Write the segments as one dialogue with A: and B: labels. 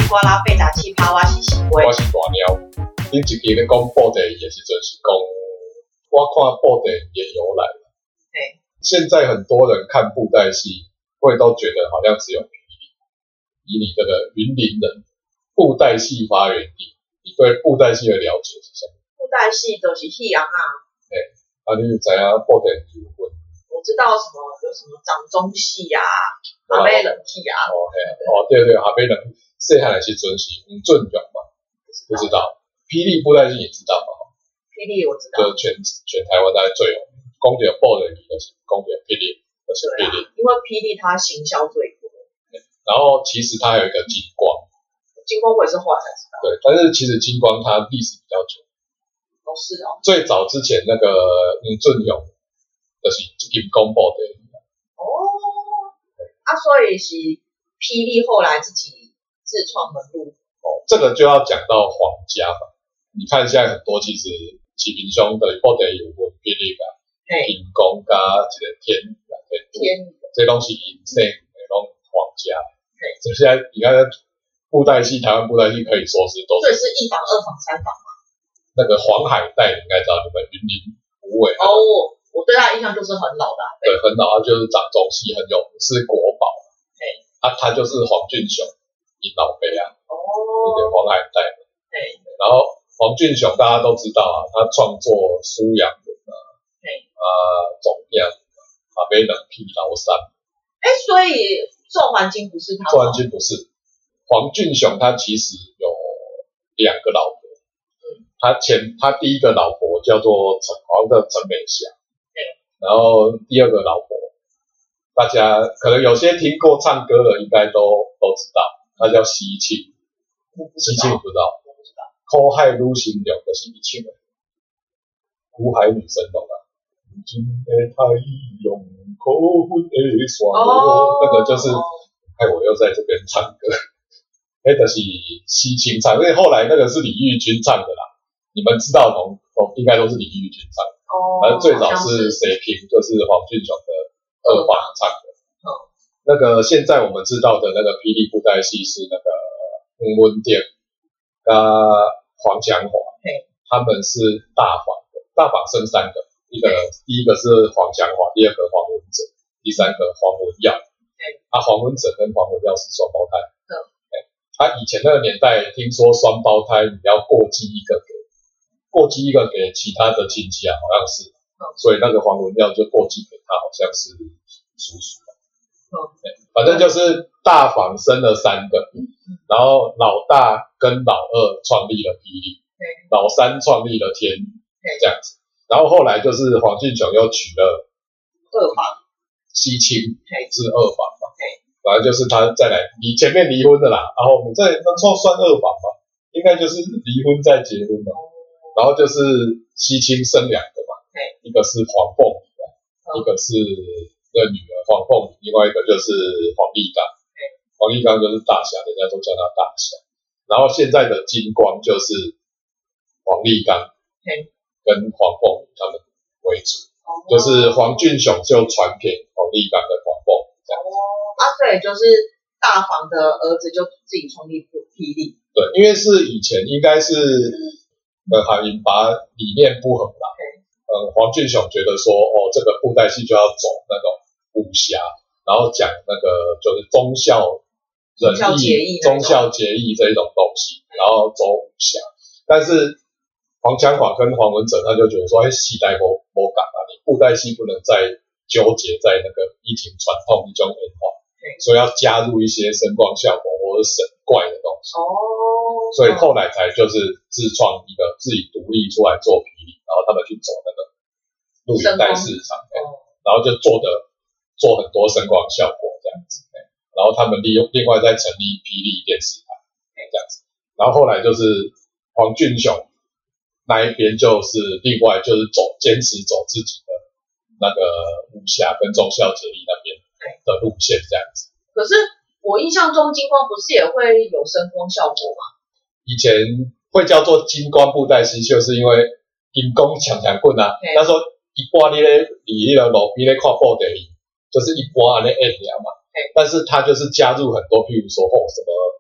A: 我拉贝达气泡，我是喜龟。
B: 我是大鸟。顶一期咧讲布袋戏的时阵是讲，我看布袋戏的由来。
A: 对。现
B: 在很多人看布袋戏，会都觉得好像只有霹雳。以你这个云林人，布袋戏发源地，你对布袋戏的了解是什么？
A: 布袋戏就是戏啊。
B: 你有知影布袋戏有分？
A: 我知道什么有什么掌中戏啊，阿妹人戏啊。
B: 对，阿妹人，细汉的时阵是吴俊勇嘛？不知道。霹雳布袋戏也知道嘛？
A: 霹雳我知道。
B: 就全台湾大概最有名，讲到布袋戏就是讲到霹雳，就是霹雳。
A: 因为霹雳它行销最多。
B: 然后其实它有一个金光。
A: 金光我也是后来才知道。
B: 对，但是其实金光它历史比较久。
A: 是哦。
B: 最早之前那个吴俊勇就是金光布袋戏。
A: 所以是霹雳后来自己自创门路。
B: 这个就要讲到皇家吧。你看现在很多其实启明兄的布袋戏有分霹雳噶、金光加一个天这东西隐性那种皇家。所以现在你看布袋戏，台湾布袋戏可以说是都是。
A: 所以是一房、二房、三房嘛。
B: 那个黄海带你应该知道，你们云林虎尾。
A: 我对他的印象就是很老的。
B: 对，很老，他就是掌中戏很有名，是国宝。他就是黄俊雄，你老辈啊。那个黄海带。然后黄俊雄大家都知道啊，他创作苏养文总编阿妹人披劳山。
A: 所以宋环金不是他。
B: 宋环金不是。黄俊雄他其实有2个老婆。他第一个老婆叫做陈美霞。然后第二个老婆，大家可能有些听过唱歌的应该都知道，她叫西庆。西庆不知道。苦海女神龙就是西庆的。苦海女神龙啊。今的太阳苦昏的山那个就是，我又在这边唱歌。就是西庆唱，因为后来那个是李玉君唱的啦。你们知道应该都是李玉君唱的。反正最早是谁评，就是黄俊雄的二房唱的。那个现在我们知道的那个霹雳布袋戏是那个黄文典跟黄强华，他们是大房生3个，第一个是黄强华，第二个黄文哲，第三个黄文耀。黄文哲跟黄文耀是双胞胎。以前那个年代，听说双胞胎你要过继一个给其他的亲戚啊，好像是，所以那个黄文耀就过继给他，好像是叔叔。反正就是大房生了3个，然后老大跟老二创立了霹雳，老三创立了天，这样子。然后后来就是黄俊雄又娶了
A: 二房
B: 西青，是二房嘛。反正就是他再来，前面离婚的啦，然后我们再能说算二房吧，应该就是离婚再结婚的。然后就是西青生2个嘛，一个是黄凤仪一个是那女儿黄凤仪，另外一个就是黄立刚。黄立刚就是大侠，人家都叫他大侠。然后现在的金光就是黄立刚跟黄凤仪他们为主，就是黄俊雄就传给黄立刚跟黄凤仪这样子。
A: 对，就是大房的儿子就自己创立霹雳。
B: 对，因为是以前应该是海云把理念不合啦。黄俊雄觉得说，这个布袋戏就要走那种武侠，然后讲那个就是忠孝仁义、忠孝节义这一种东西，然后走武侠。但是黄强华跟黄文哲他就觉得说，时代没改啊，你布袋戏不能再纠结在那个以前传统一种文化，所以要加入一些声光效果或者神怪的东西。所以后来才就是自创一个自己独立出来做霹雳，然后他们去走那个录影带市场，然后就做很多声光效果这样子。然后他们另外再成立霹雳电视台这样子。然后后来就是黄俊雄那一边就是另外就是坚持走自己的那个武侠跟忠孝节义那边的路线这样子。
A: 可是我印象中金光不是也会有声光效果吗？
B: 以前会叫做金光布袋戏，就是因为金光强棍啊。那时候一般你咧离那个路边咧看布袋戏，就是一般安尼演嘛。但是他就是加入很多，譬如说什么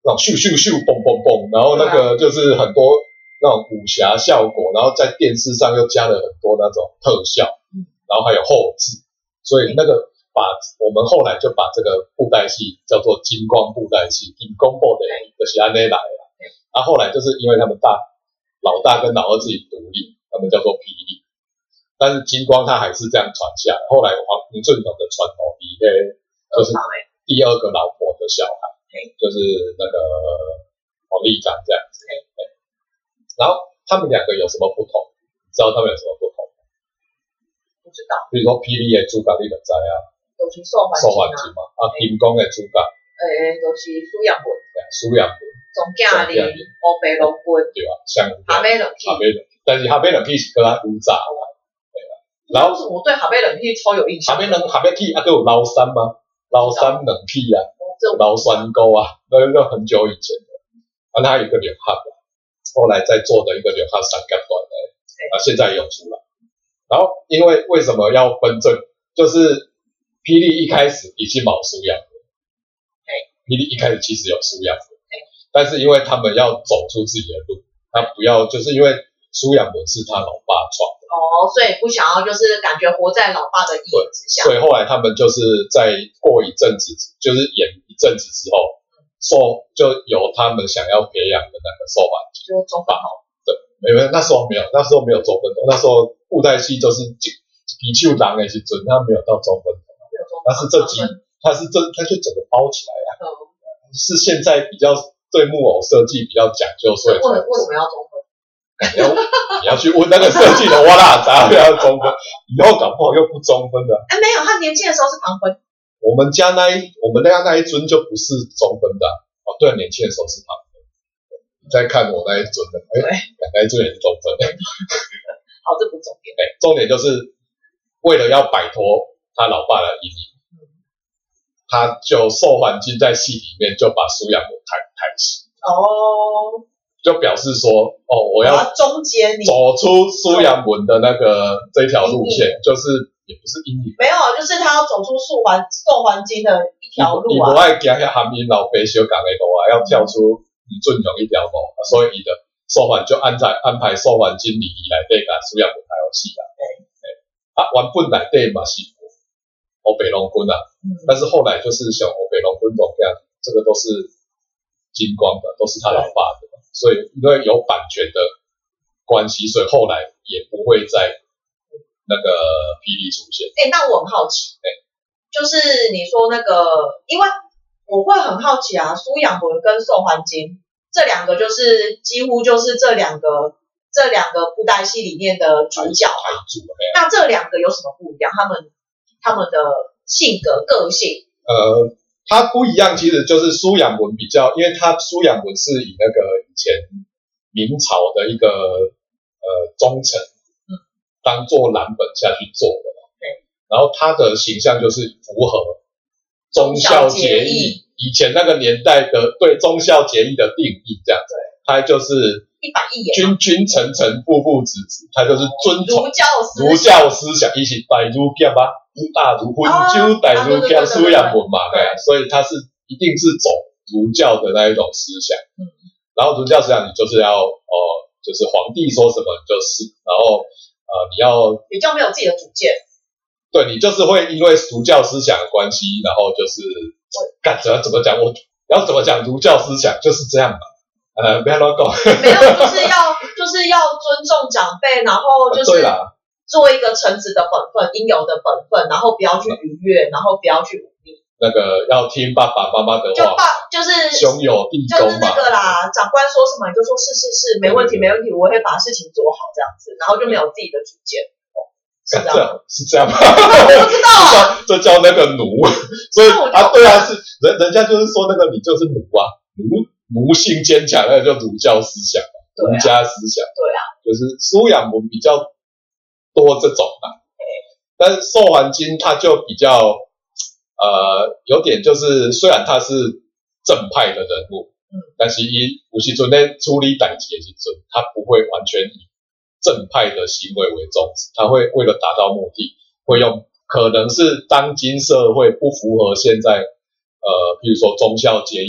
B: 那种咻咻咻嘣嘣嘣，然后那个就是很多那种武侠效果，然后在电视上又加了很多那种特效，然后还有后置，所以那个我们后来就把这个布袋戏叫做金光布袋戏，金光布的就是安内来了。后来就是因为他们老大跟老二自己独立，他们叫做霹雳，但是金光他还是这样传下来。后来黄俊雄的传统里就是第二个老婆的小孩，就是那个黄立章这样子。然后他们两个有什么不同？你知道他们有什么不同吗？
A: 不知道。
B: 比如说霹雳的主角你就知啊，
A: 就是受环境
B: 嘛。金光的主角，
A: 就是苏阳文。
B: 苏阳文。
A: 总经理黑白龙君。
B: 对啊，像
A: 哈马冷气。
B: 但是哈马冷气是跟他古早啦。
A: 然后我对哈马冷气超有印象。
B: 哈马气还有老三吗？老三冷气啊，老酸沟啊，那个很久以前的。他有一个刘汉的，后来在做的一个刘汉三角短的，现在也有出来。然后因为为什么要分正？就是霹雳一开始已经冇苏阳文，霹雳一开始其实有苏阳文，但是因为他们要走出自己的路，他不要，就是因为苏阳文是他老爸创的。
A: 所以不想要就是感觉活在老爸的意志之下。
B: 所以后来他们就是在过一阵子，就是演一阵子之后，就有他们想要培养的那个受环境，
A: 就是中分头。
B: 对，没有，那时候没有中分头，那时候布袋戏就是比手人的时阵，他没有到中分头，但是他就整个包起来啊，是现在比较对木偶设计比较讲究，所以
A: 为什么要中分？
B: 你要去问那个设计的，我哪知道要中分？以后搞不好又不中分的。
A: 没有，他年轻的时候是旁分。
B: 我们家那一尊就不是中分的对，年轻的时候是旁分。你再看我那一尊的，那一尊也是中分的。
A: 好，这不重点。
B: 重点就是为了要摆脱他老爸的阴影，他就受环境在戏里面就把苏阳文抬起。就表示说，我要
A: 终结你，
B: 走出苏阳文的那个这条路线，就是也不是阴影，
A: 没有，就是他要走出受环境的一条路啊。
B: 你不爱行遐含因老爸小港的路啊，要跳出正常一条路，所以伊的受环就安排受环境里内底甲苏阳文还有戏啊。原本内底嘛是黑白龙君啊，但是后来就是像黑白龙君这样，这个都是金光的，都是他老爸的。所以因为有版权的关系，所以后来也不会在那个霹雳出现。
A: 那我很好奇，就是你说那个，因为我会很好奇啊，苏阳文跟受环境这两个就是几乎就是这两个布袋戏里面的主角那这两个有什么不一样？他们的性格个性？
B: 它不一样，其实就是苏阳文比较，因为苏阳文是以那个以前明朝的一个忠臣，当做蓝本下去做的，然后他的形象就是符合忠孝节义，以前那个年代的对忠孝节义的定义这样子，他就是
A: 一板一眼，
B: 君臣臣，父父子子，他就是遵从儒教思想，一起拜儒家吧。大儒温州大儒教苏阳文嘛，所以他是一定是走儒教的那一种思想，然后儒教思想你就是要就是皇帝说什么你就是，然后你要
A: 比较没有自己的主见，
B: 对，你就是会因为儒教思想的关系，然后就是怎么讲，我要怎么讲儒教思想就是这样吧，不要乱搞，
A: 没有，就是要尊重长辈，然后就是
B: 对啦。
A: 做一个臣子的本分，应有的本分，然后不要去逾越，然后不要去忤逆。
B: 那个要听爸爸妈妈的话，
A: 就是
B: 兄友弟恭嘛。
A: 就是那个啦，长官说什么你就说是，没问题，我会把事情做好这样子，然后就没有自己的主见。
B: 是这样吗？
A: 我不知道啊，
B: 这叫那个奴，所以对啊，是人家就是说那个你就是奴啊，奴性坚强，那个就儒教思想，儒家思想，
A: 对啊，
B: 就是苏阳文比较多这种但是受环金他就比较有点就是虽然他是正派的人物，但是有时阵在处理代志的时阵，他不会完全以正派的行为为宗旨，他会为了达到目的，会用可能是当今社会不符合现在譬如说忠孝节义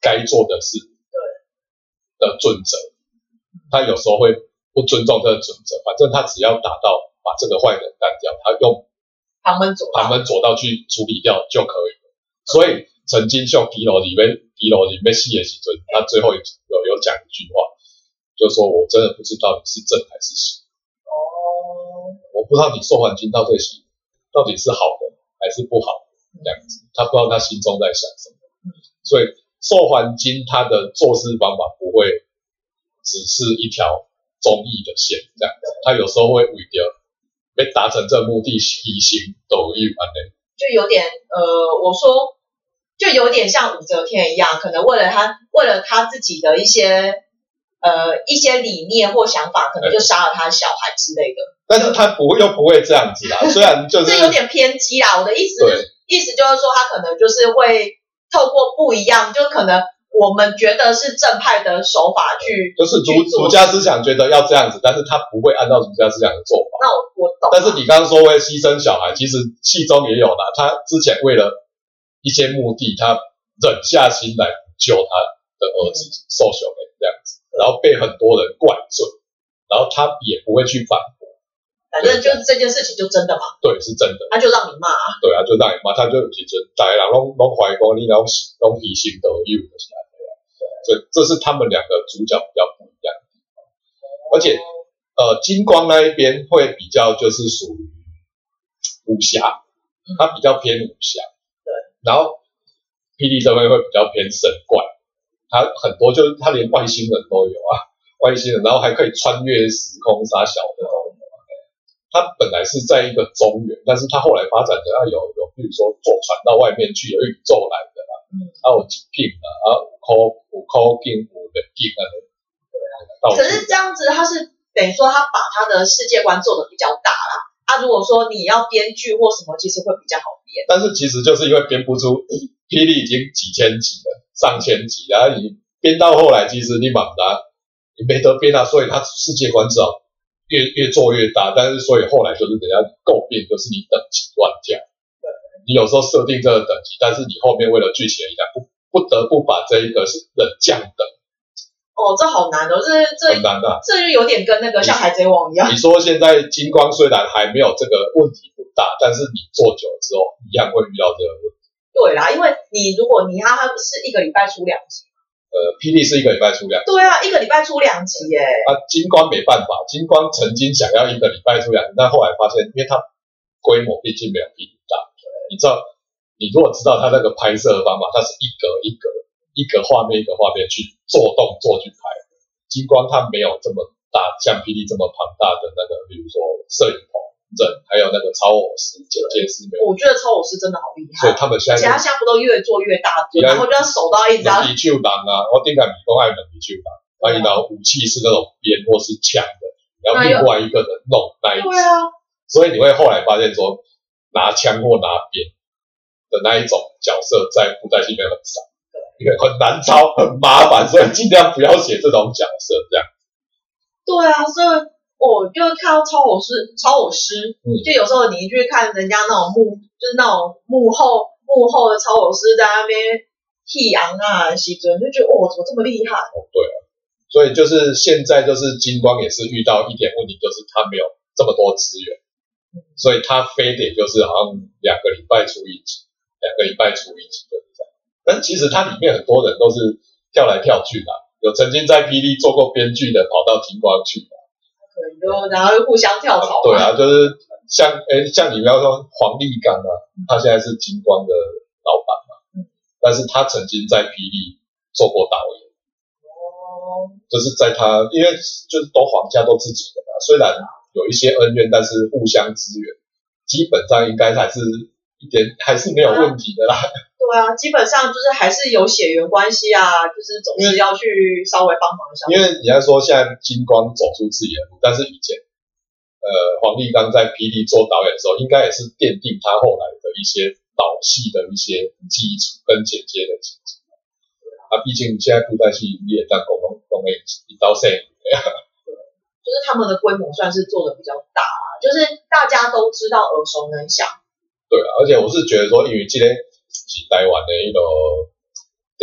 B: 该做的事的准则，他有时候会不尊重这个准则，反正他只要达到把这个坏人干掉，他用旁门左道去处理掉就可以了。所以曾经像基罗里面死的时阵，他最后有讲一句话，就说我真的不知道你是正还是邪。我不知道你受环境到底是好的还是不好的这样子，他不知道他心中在想什么。所以受环境他的做事方法不会只是一条中义的线这样子，他有时候会为了要达成这个目的牺牲都有安尼，
A: 就有点我说就有点像武则天一样，可能为了他自己的一些理念或想法，可能就杀了他的小孩之类的。
B: 但是他又不会这样子啦，虽然就是
A: 这有点偏激啦。我的意思就是说，他可能就是会透过不一样，就可能我们觉得是正派的手法去，
B: 就是儒家思想觉得要这样子，但是他不会按照儒家思想的做法。
A: 那我懂。
B: 但是你刚刚说会牺牲小孩，其实戏中也有啦，他之前为了一些目的，他忍下心来救他的儿子受羞的这样子，然后被很多人怪罪，然后他也不会去反驳。
A: 反正就是这件事情就真的嘛，
B: 对，是真的，
A: 他就让你骂啊，
B: 对啊，就让你骂，他就其实大家人拢怀疑讲你拢以心得有的是这样，所以这是他们两个主角比较不一样的地方，而且金光那一边会比较就是属于武侠，他比较偏武侠，
A: 对，
B: 然后霹雳这边会比较偏神怪，他很多就是他连外星人都有啊，外星人，然后还可以穿越时空杀小的。他本来是在一个中原，但是他后来发展的有比如说坐船到外面去，有宇宙来的啦，有一品啦，有科镜，有人镜啊，
A: 可是这样子，他是等于说他把他的世界观做得比较大啦。如果说你要编剧或什么，其实会比较好编。
B: 但是其实就是因为编不出，霹雳已经几千集了，上千集，然后你编到后来，其实你你没得编啊，所以他世界观至少越做越大，但是所以后来就是人家诟病，就是你等级乱降。你有时候设定这个等级，但是你后面为了剧情的影响，不得不把这一个是人降等。
A: 这好难哦，这
B: 很难啊，
A: 这就有点跟那个像海贼王一样。
B: 你说现在金光虽然还没有这个问题不大，但是你做久了之后，一样会遇到这个问题。
A: 对啦，因为如果他是一个礼拜出2集。
B: 霹雳是一个礼拜出2集。
A: 对啊，一个礼拜出2集耶。
B: 金光没办法，金光曾经想要一个礼拜出2集，但后来发现，因为它规模毕竟没有霹雳大。你知道，你如果知道它那个拍摄的方法，它是一格一个画面一个画面去做动作去拍。金光它没有这么大，像霹雳这么庞大的那个，比如说摄影棚。还有那个超偶师、剪接师，
A: 我觉得超偶师真的好厉害，
B: 所以他们现在，
A: 而且他现在不都越做越大尊，然后就要手到一直要。
B: 冷手人啊，我顶下比讲爱冷手人，然后武器是那种鞭或是枪的，然后另外一个人弄那一只，
A: 对啊，
B: 所以你会后来发现说，拿枪或拿鞭的那一种角色在布袋戏里面很少，因为很难操，很麻烦，所以尽量不要写这种角色这样。
A: 对啊，所以。我就看到超偶师，就有时候你去看人家那种就是那种幕后的超偶师在那边气昂啊时阵，就觉得怎么这么厉害？
B: 对啊，所以就是现在就是金光也是遇到一点问题，就是他没有这么多资源，所以他非得就是好像2个礼拜出一集就是这样。但其实它里面很多人都是跳来跳去的，有曾经在霹雳做过编剧的，跑到金光去的。
A: 然后互相跳槽。
B: 对啊，就是像你不要说黄立刚啊，他现在是金光的老板嘛，但是他曾经在霹雳做过导演。就是在他因为就是都皇家都自己的嘛，虽然有一些恩怨，但是互相支援，基本上应该还是没有问题的啦。
A: 对啊，基本上就是还是有血缘关系啊，就是总是要去稍微帮忙一下。
B: 因为你要说现在金光走出自己的路，但是以前黄立刚在霹雳做导演的时候，应该也是奠定他后来的一些导戏的一些基础跟剪接的情节。毕竟现在布袋戏你也当公一刀线，
A: 就是他们的规模算是做的比较大啦，就是大家都知道耳熟能详。
B: 对啊，而且我是觉得说，因为今天是台湾的一个电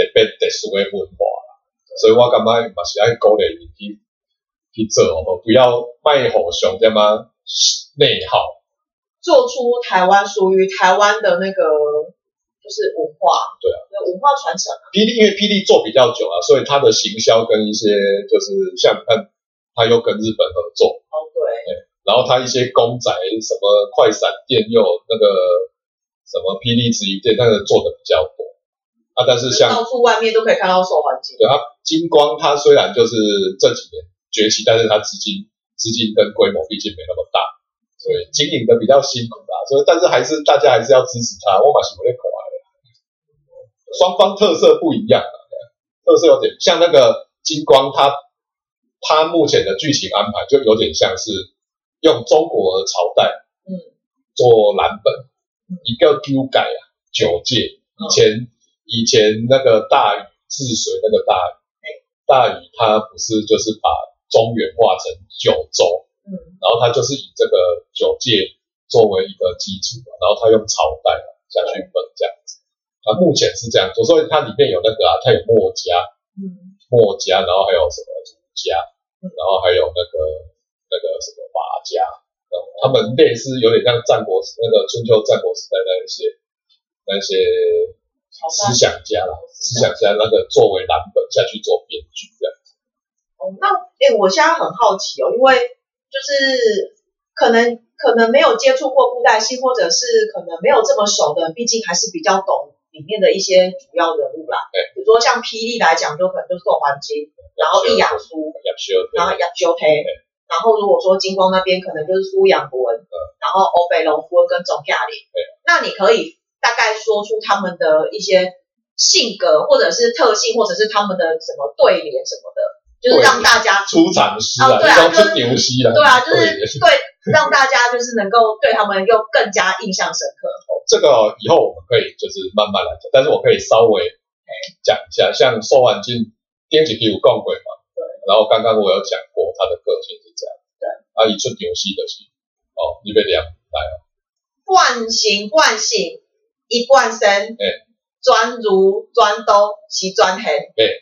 B: 别特殊的文化啦，所以我感觉嘛是爱鼓励你去做哦，不要卖互相这么内耗，
A: 做出台湾属于台湾的那个就是文化，
B: 对啊，
A: 文化传承啊。
B: 因为霹雳做比较久啊，所以它的行销跟一些就是像你看，它又跟日本合作，
A: 对，
B: 然后它一些公仔什么快闪店又有那个什么霹雳直营店，那个做的比较多啊，但是像
A: 到处外面都可以看到手环金。
B: 对啊，金光它虽然就是这几年崛起，但是它资金跟规模毕竟没那么大，所以经营的比较辛苦啦，所以但是大家还是要支持它，我嘛是有点可爱的，双方特色不一样啊，特色有点像那个金光它目前的剧情安排就有点像是用中国的朝代做蓝本，一个修改啊九界，以前那个大禹治水那个大禹他不是就是把中原划成九州，然后他就是以这个九界作为一个基础，然后他用朝代下去分这样子，目前是这样做，所以它里面有那个它有墨家，然后还有什么儒家，然后还有那个什么法家，他们类似有点像战国那个春秋战国时代那些思想家那个作为蓝本下去做编剧这样子。
A: 我现在很好奇因为就是可能没有接触过布袋戏，或者是可能没有这么熟的人，毕竟还是比较懂里面的一些主要人物啦。比如说像霹雳来讲，就可能就是宋环金，然后易雅苏，然后亚修培，然后如果说金光那边可能就是苏养文，然后欧北龙夫跟总亚里。那你可以大概说出他们的一些性格，或者是特性，或者是他们的什么对联什么的，就是让大家
B: 出场诗
A: 对啊，
B: 就是牛戏啦，
A: 对啊，就是对让大家就是能够对他们又更加印象深刻。
B: 这个以后我们可以就是慢慢来讲，但是我可以稍微讲一下，像寿环金顶一期有讲过嘛，对，然后刚刚我有讲过他的个性是这样，对，他一出牛戏就是你别聊来
A: 惯性一贯身，专如专刀是专横，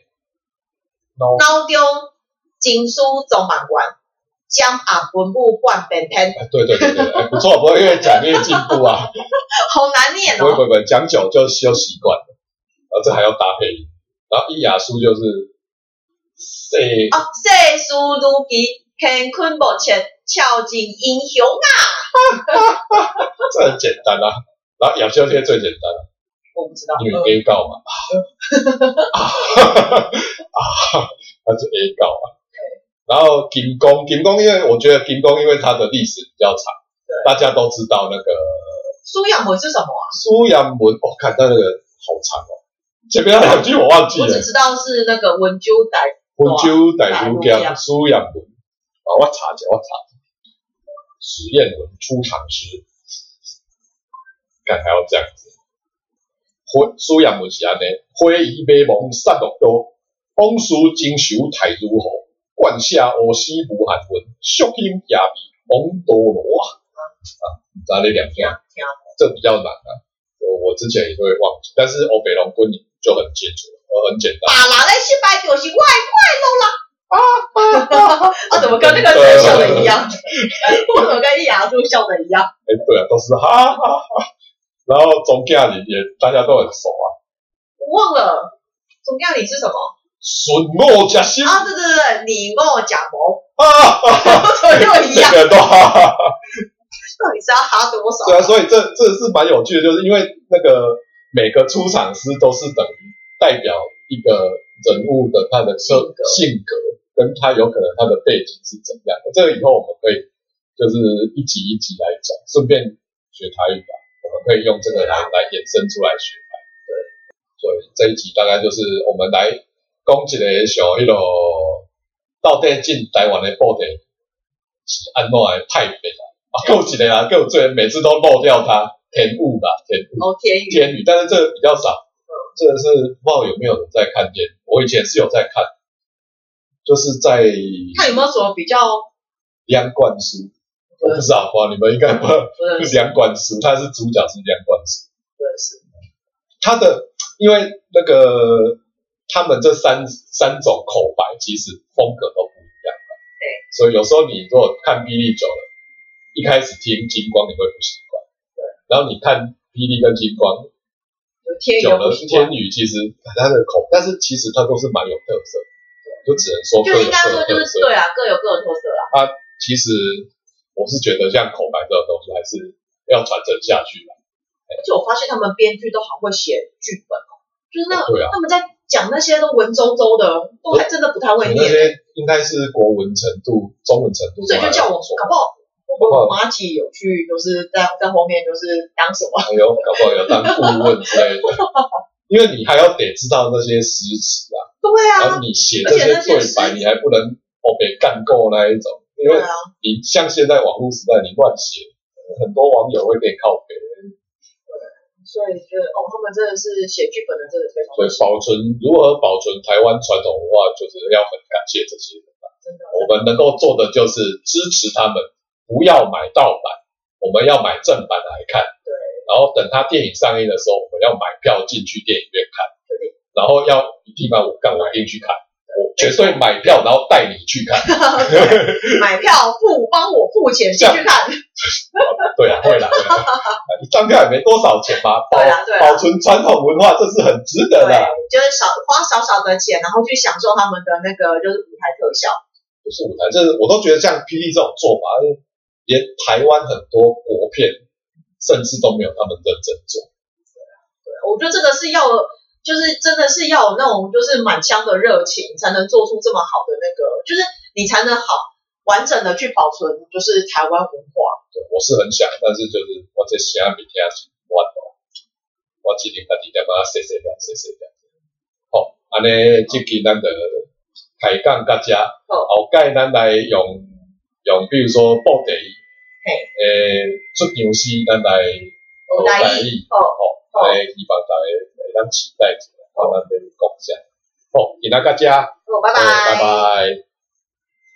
A: 脑中经书总满贯，将文武换变天。
B: 对，不错，不会越讲越进步啊。
A: 好难念哦。
B: 不会，讲久就习惯了，然后这还要搭配音，然后易雅苏就是
A: 世事如棋，乾坤莫测，巧尽英雄啊。
B: 这很简单啊，然后雅修贴最简单了。
A: 我不知道，
B: 因为 A 告嘛，他是 A 告啊。然后金宫，因为我觉得金宫因为它的历史比较长，大家都知道那个
A: 苏养文是什么啊？
B: 苏养文，看他那个好长哦，前面那两句我忘记了。
A: 我只知道是那个温州傣
B: 族讲苏养文，我查一下，史艳文出场时，看还要这样子。苏养文是安尼，花衣美梦散落刀，往事经愁太如何？冠下乌丝无限文，宿音亚比王多罗啊！你知道那两句？这比较难啊，我之前也会忘记，但是欧北龙君就很清楚，很简单。把人的失败就是我的快乐啦！
A: 怎么跟那个人笑的一样？为什么跟易雅苏笑的一样？
B: 对啊，都是哈哈哈。然后总价里也大家都很熟啊。
A: 我忘了总价里是什么？
B: 顺我夹心
A: 对，你我夹谋
B: 怎
A: 么又一样？到底是要哈多少？
B: 对啊，所以这是蛮有趣的，就是因为那个每个出场诗都是等于代表一个人物的他的性格，跟他有可能他的背景是怎样的。这个以后我们可以就是一集一集来讲，顺便学台语吧。我们可以用这个来衍生出来学台语。对，所以这一集大概就是我们来讲一个像迄个到底进台湾的布袋是安怎的派别啦。还有一个啦，还有最每次都漏掉它天宇啦，天宇，但是这个比较少。这个是不知道有没有人在看电影，我以前是有在看，就是在
A: 看有没有什么比较
B: 梁冠书，我不知道，你们应该不梁冠书，他是主角是梁冠书，
A: 对是。
B: 他的因为那个他们这三种口白其实风格都不一样的。
A: 对。
B: 所以有时候你如果看霹雳久了，一开始听金光你会不习惯。对。然后你看霹雳跟金光，久了天宇其实他的口，但是其实他都是蛮有特色，就只能说各有各的特色。
A: 对啊，各有各的特色啦。
B: 其实我是觉得像口白这种东西还是要传承下去啦。
A: 而且我发现他们编剧都好会写剧本哦，就是
B: 他
A: 们在讲那些都文绉绉的，都还真的不太会念。
B: 那些应该是国文程度、中文程度。
A: 所以就叫我搞不好。我妈姐有去，就是在后面就是当什么？
B: 搞不好有当顾问之类的，因为你还要得知道那些诗词啊。
A: 对啊。
B: 然后你写这些对白，你还不能被干够那一种，因为你像现在网络时代，你乱写，很多网友会给你靠北。
A: 对，所以觉得他们真的是写剧本的，真的非常。
B: 所以如何保存台湾传统文化，就是要很感谢这些人。真的。我们能够做的就是支持他们。不要买盗版，我们要买正版来看。对。然后等他电影上映的时候，我们要买票进去电影院看。对。然后要一定我一定去看，我绝对买票，然后带你去看。
A: 买票帮我付钱进去看。
B: 对啊，会啦。一张票也没多少钱嘛。对啊。保存传统文化，这是很值得的。
A: 就是花少少的钱，然后去享受他们的那个就是舞台特效。
B: 不是舞台，就是我都觉得像霹雳这种做法。连台湾很多国片，甚至都没有他们认真做。
A: 对，我觉得这个是就是真的是要有那种就是满腔的热情，才能做出这么好的那个，就是你才能完整的去保存，就是台湾文化。
B: 对，我是很想，但是就是我这声没听清，我只能家己在把它写掉。好，安尼这期咱就开讲到这，后盖咱来用比如说布袋戏。出场时咱来学台语，希望大家会当期待一下，咱来讲一下。好，今仔到这，
A: 拜拜。
B: 拜拜。